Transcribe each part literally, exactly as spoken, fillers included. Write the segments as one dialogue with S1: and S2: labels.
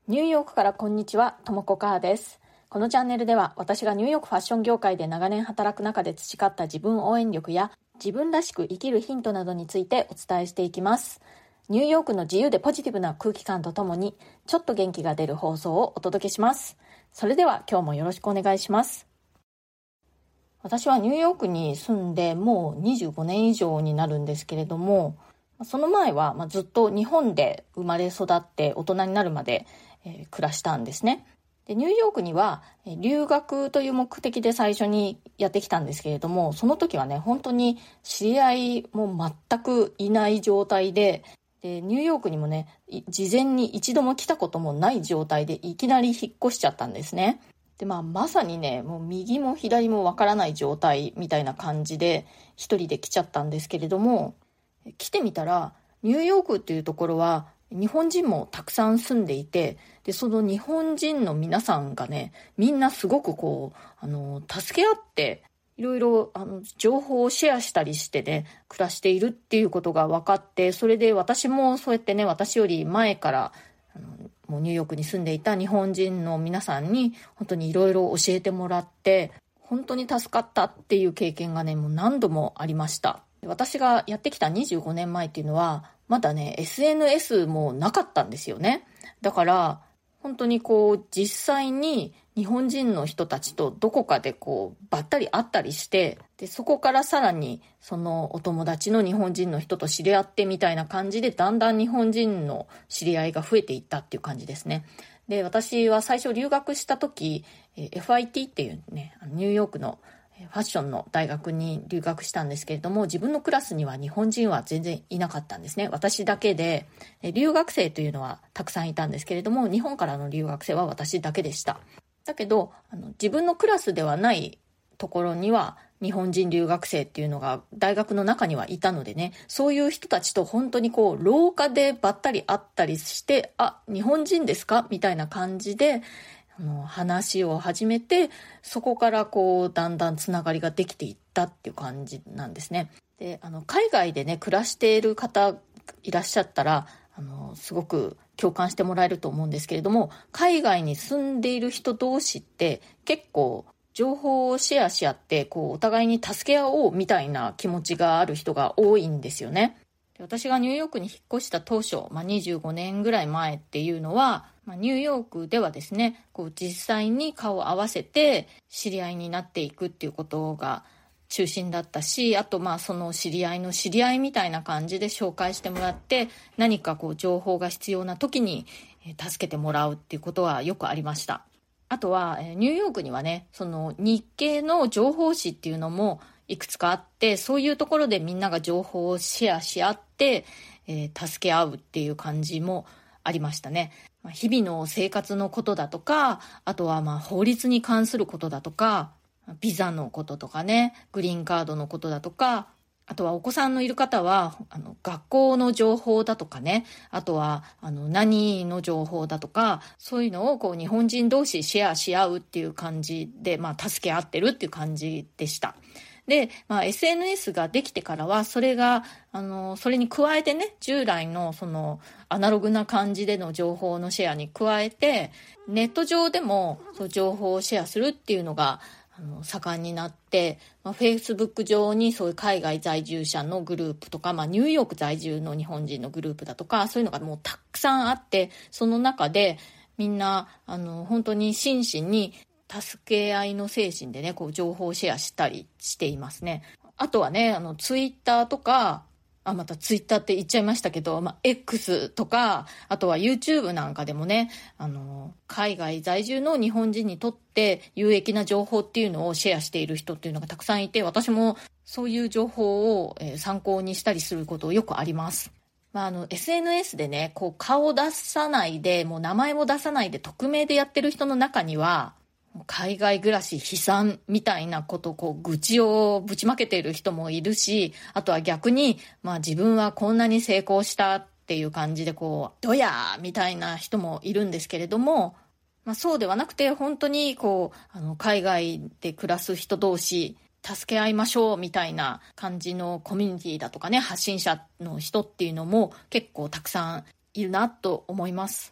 S1: ニューヨークからこんにちは、ともこかーです。このチャンネルでは私がニューヨークファッション業界で長年働く中で培った自分応援力や自分らしく生きるヒントなどについてお伝えしていきます。ニューヨークの自由でポジティブな空気感とともにちょっと元気が出る放送をお届けします。それでは今日もよろしくお願いします。私はニューヨークに住んでもうにじゅうごねん以上になるんですけれども、その前はずっと日本で生まれ育って大人になるまでえー、暮らしたんですね。で、ニューヨークには留学という目的で最初にやってきたんですけれども、その時はね、本当に知り合いも全くいない状態で、でニューヨークにもね、事前に一度も来たこともない状態でいきなり引っ越しちゃったんですね。で、まあ、まさにね、もう右も左もわからない状態みたいな感じで一人で来ちゃったんですけれども、来てみたらニューヨークっていうところは日本人もたくさん住んでいて、で、その日本人の皆さんがね、みんなすごくこう、あの、助け合って、いろいろ、あの、情報をシェアしたりしてね、暮らしているっていうことが分かって、それで私もそうやってね、私より前から、あの、もうニューヨークに住んでいた日本人の皆さんに、本当にいろいろ教えてもらって、本当に助かったっていう経験がね、もう何度もありました。私がやってきたにじゅうごねんまえっていうのは、まだね、エスエヌエス もなかったんですよね。だから、本当にこう、実際に日本人の人たちとどこかでこう、ばったり会ったりして、で、そこからさらに、そのお友達の日本人の人と知り合ってみたいな感じで、だんだん日本人の知り合いが増えていったっていう感じですね。で、私は最初留学した時、エフアイティー っていうね、ニューヨークのファッションの大学に留学したんですけれども、自分のクラスには日本人は全然いなかったんですね。私だけで、留学生というのはたくさんいたんですけれども、日本からの留学生は私だけでした。だけど、あの自分のクラスではないところには日本人留学生っていうのが大学の中にはいたのでね、そういう人たちと本当にこう廊下でばったり会ったりして、あ、日本人ですかみたいな感じであの話を始めて、そこからこうだんだんつながりができていったっていう感じなんですね。で、あの海外でね暮らしている方いらっしゃったら、あのすごく共感してもらえると思うんですけれども、海外に住んでいる人同士って結構情報をシェアし合ってこうお互いに助け合おうみたいな気持ちがある人が多いんですよね。で、私がニューヨークに引っ越した当初、まあ、にじゅうごねんぐらい前っていうのは、まあ、ニューヨークではですね、こう実際に顔を合わせて知り合いになっていくっていうことが中心だったし、あとまあその知り合いの知り合いみたいな感じで紹介してもらって、何かこう情報が必要な時に助けてもらうっていうことはよくありました。あとはニューヨークにはね、その日系の情報誌っていうのもいくつかあって、そういうところでみんなが情報をシェアし合って、えー、助け合うっていう感じもありましたね。日々の生活のことだとか、あとはまあ法律に関することだとか、ビザのこととかね、グリーンカードのことだとか、あとはお子さんのいる方はあの学校の情報だとかね、あとはあの何の情報だとか、そういうのをこう日本人同士シェアし合うっていう感じで、まあ助け合ってるっていう感じでした。で、まあ、エスエヌエス ができてからは、それが、あの、それに加えてね、従来のそのアナログな感じでの情報のシェアに加えて、ネット上でもそう情報をシェアするっていうのが、あの、盛んになって、まあ、Facebook 上にそういう海外在住者のグループとか、まあ、ニューヨーク在住の日本人のグループだとか、そういうのがもうたくさんあって、その中でみんな、あの、本当に真摯に、助け合いの精神でね、こう情報をシェアしたりしていますね。あとはね、あのツイッターとか、あ、またツイッターって言っちゃいましたけど、まあ、X とか、あとは YouTube なんかでもね、あの、海外在住の日本人にとって有益な情報っていうのをシェアしている人っていうのがたくさんいて、私もそういう情報を、えー、参考にしたりすることよくあります。まあ、あの エスエヌエス でね、こう顔を出さないで、もう名前も出さないで匿名でやってる人の中には、海外暮らし悲惨みたいなことをこう愚痴をぶちまけている人もいるし、あとは逆に、まあ自分はこんなに成功したっていう感じでこう、どやーみたいな人もいるんですけれども、まあそうではなくて本当にこう、あの海外で暮らす人同士、助け合いましょうみたいな感じのコミュニティだとかね、発信者の人っていうのも結構たくさんいるなと思います。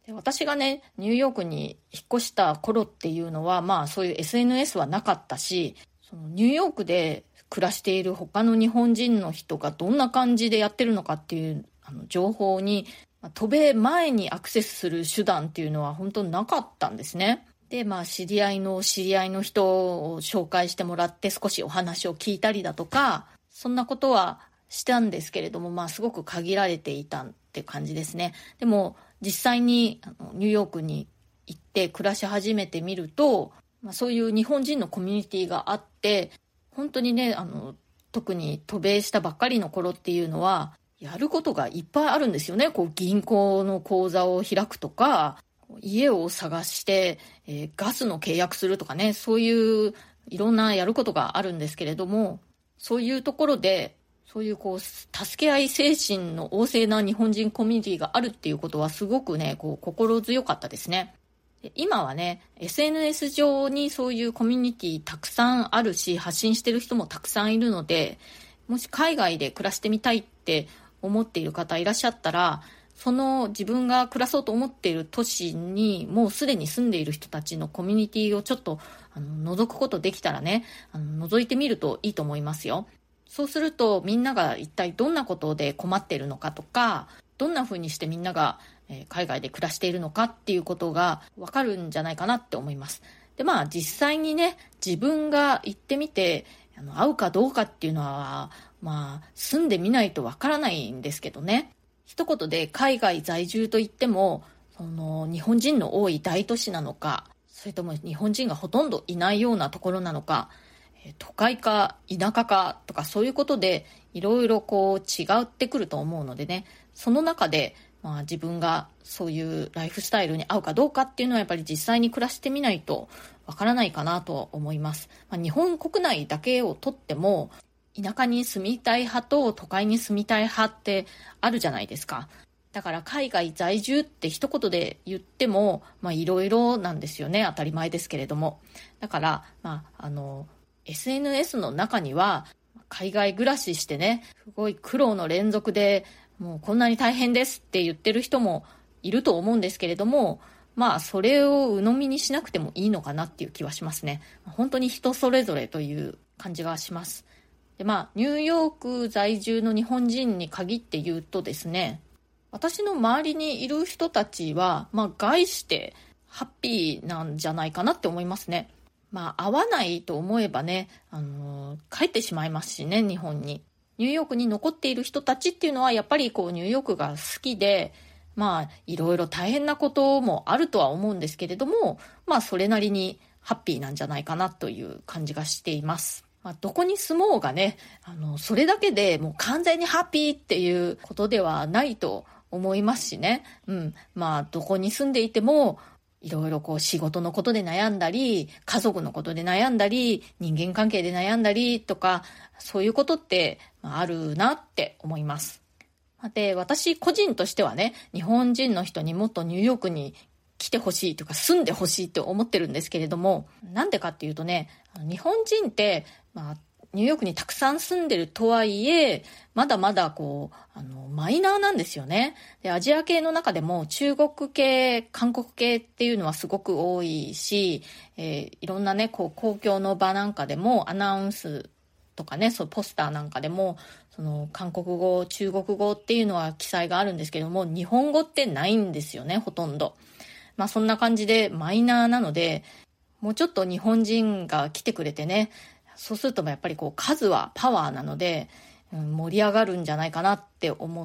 S1: 私がね、ニューヨークに引っ越した頃っていうのは、まあそういう エスエヌエス はなかったし、そのニューヨークで暮らしている他の日本人の人がどんな感じでやってるのかっていうあの情報に、渡米前にアクセスする手段っていうのは本当になかったんですね。で、まあ知り合いの知り合いの人を紹介してもらって少しお話を聞いたりだとか、そんなことはしたんですけれども、まあすごく限られていたって感じですね。でも実際にあのニューヨークに行って暮らし始めてみると、まあ、そういう日本人のコミュニティがあって、本当にね、あの特に渡米したばっかりの頃っていうのはやることがいっぱいあるんですよね。こう銀行の口座を開くとか、家を探して、えー、ガスの契約するとかね、そういういろんなやることがあるんですけれども、そういうところでそういうこう助け合い精神の旺盛な日本人コミュニティがあるっていうことはすごくね、こう心強かったですね。で、今はね、エスエヌエス 上にそういうコミュニティたくさんあるし、発信してる人もたくさんいるので、もし海外で暮らしてみたいって思っている方いらっしゃったら、その自分が暮らそうと思っている都市にもうすでに住んでいる人たちのコミュニティをちょっとあの覗くことできたらね、あの覗いてみるといいと思いますよ。そうするとみんなが一体どんなことで困っているのかとか、どんな風にしてみんなが海外で暮らしているのかっていうことがわかるんじゃないかなって思います。で、まあ実際にね、自分が行ってみてあの合うかどうかっていうのは、まあ住んでみないとわからないんですけどね。一言で海外在住といっても、その日本人の多い大都市なのか、それとも日本人がほとんどいないようなところなのか、都会か田舎かとかそういうことでいろいろこう違ってくると思うのでね、その中で、まあ、自分がそういうライフスタイルに合うかどうかっていうのはやっぱり実際に暮らしてみないとわからないかなと思います。まあ、日本国内だけをとっても田舎に住みたい派と都会に住みたい派ってあるじゃないですか。だから海外在住って一言で言ってもまあいろいろなんですよね。当たり前ですけれども。だからまああのエスエヌエス の中には海外暮らししてね、すごい苦労の連続でもうこんなに大変ですって言ってる人もいると思うんですけれども、まあそれを鵜呑みにしなくてもいいのかなっていう気はしますね。本当に人それぞれという感じがします。で、まあニューヨーク在住の日本人に限って言うとですね、私の周りにいる人たちはまあ概してハッピーなんじゃないかなって思いますね。まあ合わないと思えばね、あのー、帰ってしまいますしね、日本に。ニューヨークに残っている人たちっていうのはやっぱりこうニューヨークが好きで、まあいろいろ大変なこともあるとは思うんですけれども、まあそれなりにハッピーなんじゃないかなという感じがしています。まあ、どこに住もうがね、あのそれだけでもう完全にハッピーっていうことではないと思いますしね。うん、まあどこに住んでいてもいろいろこう仕事のことで悩んだり、家族のことで悩んだり、人間関係で悩んだりとか、そういうことってあるなって思います。で、私個人としてはね、日本人の人にもっとニューヨークに来てほしいというか住んでほしいって思ってるんですけれども、なんでかっていうとね、日本人って、まあ、ニューヨークにたくさん住んでるとはいえ、まだまだこう、あの、マイナーなんですよね。で、アジア系の中でも中国系、韓国系っていうのはすごく多いし、えー、いろんなね、こう、公共の場なんかでもアナウンスとかね、そうポスターなんかでも、その韓国語、中国語っていうのは記載があるんですけども、日本語ってないんですよね、ほとんど。まあそんな感じでマイナーなので、もうちょっと日本人が来てくれてね、そうするとやっぱりこう数はパワーなので、うん、盛り上がるんじゃないかなって思って、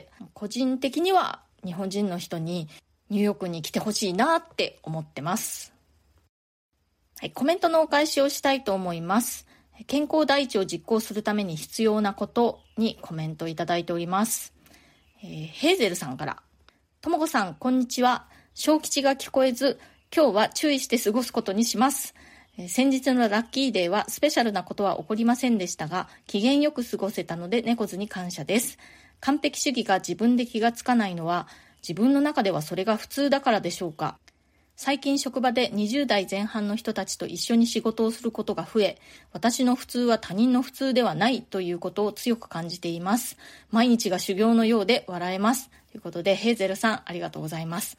S1: 個人的には日本人の人にニューヨークに来てほしいなって思ってます。はい、コメントのお返しをしたいと思います。健康第一を実行するために必要なことにコメントをいただいております。えー、ヘーゼルさんから、ともこさんこんにちは。小吉が聞こえず、今日は注意して過ごすことにします。先日のラッキーデーはスペシャルなことは起こりませんでしたが、機嫌よく過ごせたので猫背に感謝です。完璧主義が自分で気がつかないのは、自分の中ではそれが普通だからでしょうか。最近職場でにじゅう代前半の人たちと一緒に仕事をすることが増え、私の普通は他人の普通ではないということを強く感じています。毎日が修行のようで笑えます。ということで、ヘーゼルさんありがとうございます。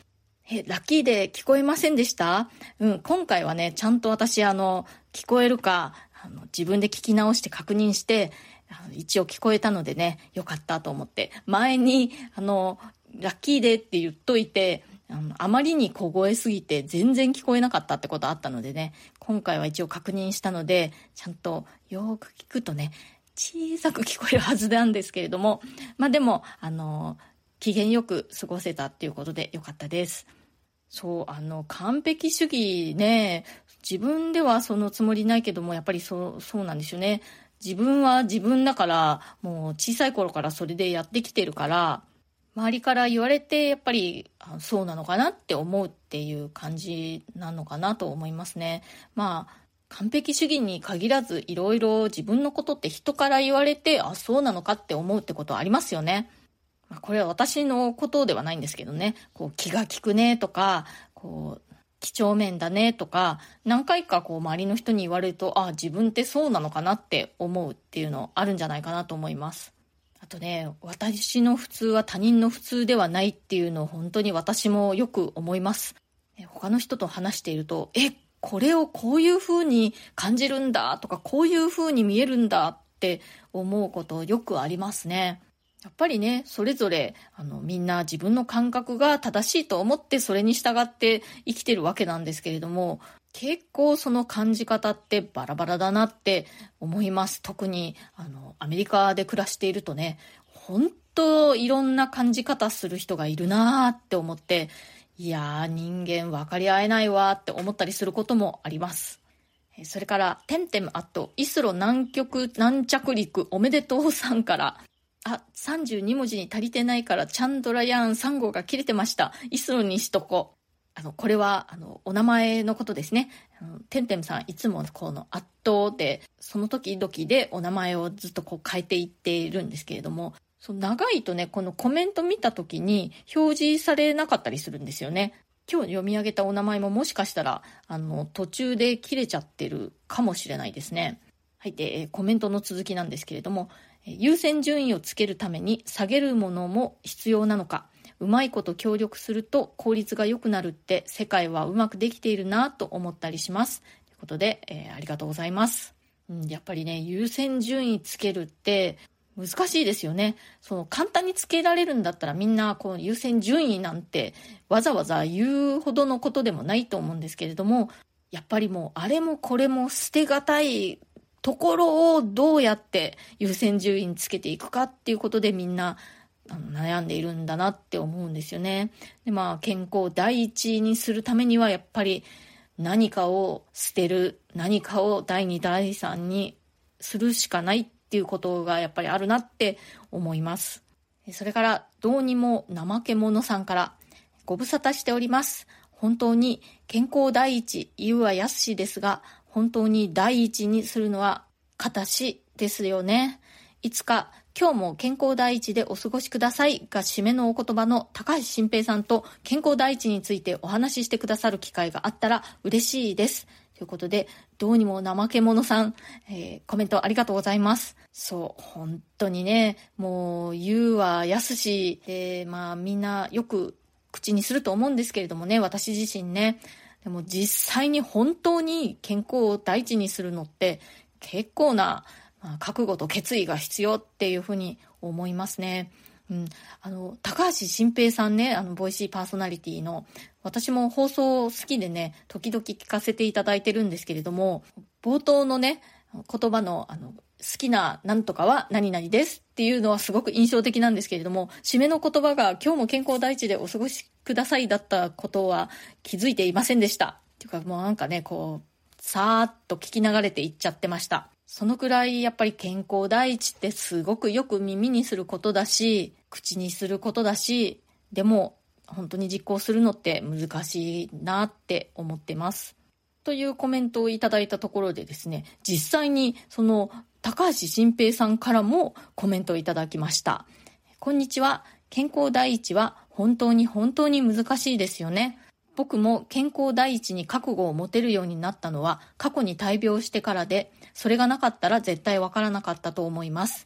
S1: え、ラッキーで聞こえませんでした？うん、今回はね、ちゃんと私、あの、聞こえるか、あの、自分で聞き直して確認して、あの一応聞こえたのでね、よかったと思って、前に、あの、ラッキーでって言っといて、あの、あまりに小声すぎて全然聞こえなかったってことあったのでね、今回は一応確認したので、ちゃんとよーく聞くとね、小さく聞こえるはずなんですけれども、まあでも、あの、機嫌よく過ごせたっていうことでよかったです。そう、あの、完璧主義ね、自分ではそのつもりないけども、やっぱりそう、そうなんですよね。自分は自分だから、もう小さい頃からそれでやってきてるから、周りから言われて、やっぱりあそうなのかなって思うっていう感じなのかなと思いますね。まあ、完璧主義に限らず、いろいろ自分のことって人から言われて、あ、そうなのかって思うってことはありますよね。まあ、これは私のことではないんですけどね、こう気が利くねとか、こう几帳面だねとか、何回かこう周りの人に言われると、あ、自分ってそうなのかなって思うっていうのあるんじゃないかなと思います。あとね、私の普通は他人の普通ではないっていうのを本当に私もよく思います。他の人と話していると、え、これをこういう風に感じるんだとか、こういう風に見えるんだって思うことよくありますね。やっぱりね、それぞれあのみんな自分の感覚が正しいと思ってそれに従って生きてるわけなんですけれども、結構その感じ方ってバラバラだなって思います。特にあのアメリカで暮らしているとね、本当いろんな感じ方する人がいるなーって思って、いやー人間分かり合えないわーって思ったりすることもあります。それからテンテムあとイスロ南極南着陸おめでとうさんから、あ、さんじゅうにもじに足りてないからチャンドラヤーンさん号が切れてました。イスロにしとこう。あの、これは、あの、お名前のことですね。あのテンテムさんいつもこの圧倒で、その時々でお名前をずっとこう変えていっているんですけれども、そう長いとね、このコメント見た時に表示されなかったりするんですよね。今日読み上げたお名前ももしかしたら、あの、途中で切れちゃってるかもしれないですね。はい。で、コメントの続きなんですけれども、優先順位をつけるために下げるものも必要なのか、うまいこと協力すると効率が良くなるって世界はうまくできているなと思ったりします。ということで、えー、ありがとうございます、うん。やっぱりね、優先順位つけるって難しいですよね。その簡単につけられるんだったらみんなこう優先順位なんてわざわざ言うほどのことでもないと思うんですけれども、やっぱりもうあれもこれも捨てがたいところをどうやって優先順位につけていくかっていうことでみんなあの悩んでいるんだなって思うんですよね。で、まあ健康を第一にするためにはやっぱり何かを捨てる、何かを第二第三にするしかないっていうことがやっぱりあるなって思います。それからどうにも怠け者さんから、ご無沙汰しております。本当に健康第一言うはやすしですが、本当に第一にするのは形ですよね。いつか今日も健康第一でお過ごしくださいが締めのお言葉の高橋新平さんと健康第一についてお話ししてくださる機会があったら嬉しいです。ということで、どうにも怠け者さん、えー、コメントありがとうございます。そう、本当にね、もう言うはやすし、えー、まあみんなよく口にすると思うんですけれどもね、私自身ね。でも実際に本当に健康を第一にするのって結構な、まあ、覚悟と決意が必要っていうふうに思いますね。うん、あの高橋新平さんね、あのボイシーパーソナリティの、私も放送好きでね、時々聞かせていただいてるんですけれども、冒頭のね言葉のあの好きななんとかは何々ですっていうのはすごく印象的なんですけれども、締めの言葉が今日も健康第一でお過ごしくださいだったことは気づいていませんでした。っていうかもうなんかね、こうさーっと聞き流れていっちゃってました。そのくらいやっぱり健康第一ってすごくよく耳にすることだし、口にすることだし、でも本当に実行するのって難しいなって思ってます。というコメントをいただいたところでですね、実際にその高橋新平さんからもコメントをいただきました。こんにちは。健康第一は本当に本当に難しいですよね。僕も健康第一に覚悟を持てるようになったのは過去に大病してからで、それがなかったら絶対わからなかったと思います。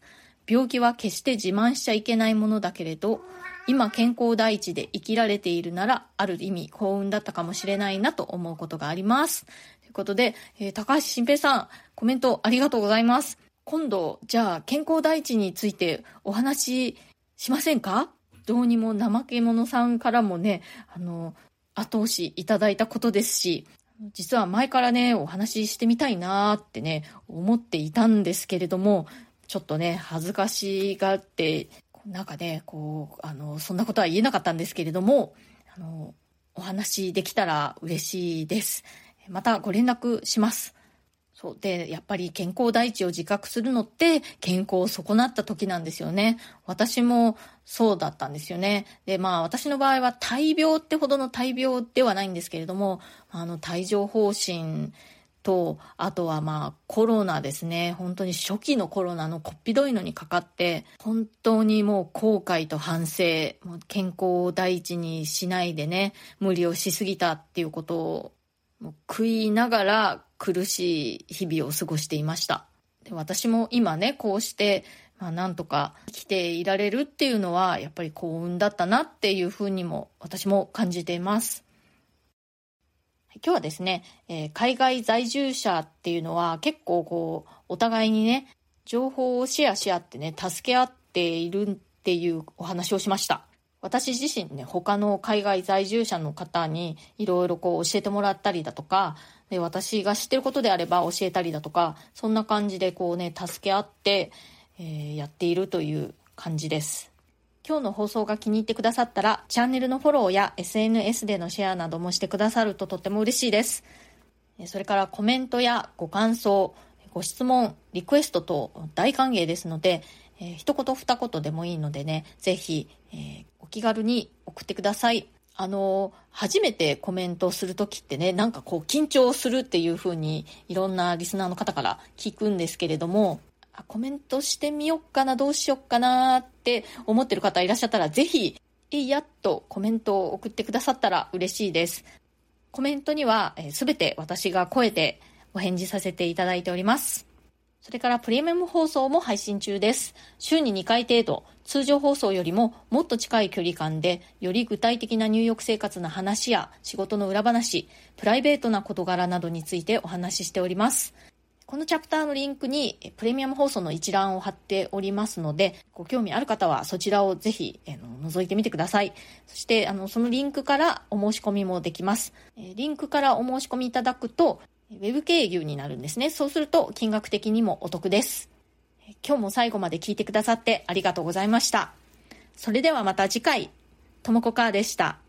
S1: 病気は決して自慢しちゃいけないものだけれど、今健康第一で生きられているなら、ある意味幸運だったかもしれないなと思うことがあります。ということで、えー、高橋新平さん、コメントありがとうございます。今度、じゃあ健康第一についてお話ししませんか？どうにも怠け者さんからもね、あの、後押しいただいたことですし、実は前からね、お話ししてみたいなーってね、思っていたんですけれども、ちょっとね、恥ずかしがって、なんかね、こう、あの、そんなことは言えなかったんですけれども、あの、お話できたら嬉しいです。またご連絡します。そうで、やっぱり健康第一を自覚するのって健康を損なった時なんですよね。私もそうだったんですよね。で、まあ私の場合は大病ってほどの大病ではないんですけれども、あの帯状疱疹と、あとはまあコロナですね。本当に初期のコロナのこっぴどいのにかかって、本当にもう後悔と反省、もう健康を第一にしないでね、無理をしすぎたっていうことをもう悔いながら苦しい日々を過ごしていました。で、私も今ね、こうして、まあ、なんとか生きていられるっていうのはやっぱり幸運だったなっていうふうにも私も感じています。今日はですね、えー、海外在住者っていうのは結構こうお互いにね、情報をシェアし合ってね、助け合っているっていうお話をしました。私自身ね、他の海外在住者の方にいろいろこう教えてもらったりだとか、で、私が知ってることであれば教えたりだとか、そんな感じでこうね、助け合って、えー、やっているという感じです。今日の放送が気に入ってくださったら、チャンネルのフォローや エスエヌエス でのシェアなどもしてくださるととっても嬉しいです。それからコメントやご感想、ご質問、リクエスト等大歓迎ですので、えー、一言二言でもいいのでね、ぜひ、えー、お気軽に送ってください。あの初めてコメントするときってね、なんかこう緊張するっていう風にいろんなリスナーの方から聞くんですけれども、コメントしてみよっかな、どうしよっかなって思ってる方いらっしゃったら、ぜひいいやっとコメントを送ってくださったら嬉しいです。コメントにはすべて私が声でお返事させていただいております。それからプレミアム放送も配信中です。週ににかい程度、通常放送よりももっと近い距離感で、より具体的な入浴生活の話や仕事の裏話、プライベートな事柄などについてお話ししております。このチャプターのリンクにプレミアム放送の一覧を貼っておりますので、ご興味ある方はそちらをぜひえの覗いてみてください。そしてあのそのリンクからお申し込みもできます。リンクからお申し込みいただくと、ウェブ経由になるんですね。そうすると金額的にもお得です。今日も最後まで聞いてくださってありがとうございました。それではまた次回、ともこかーでした。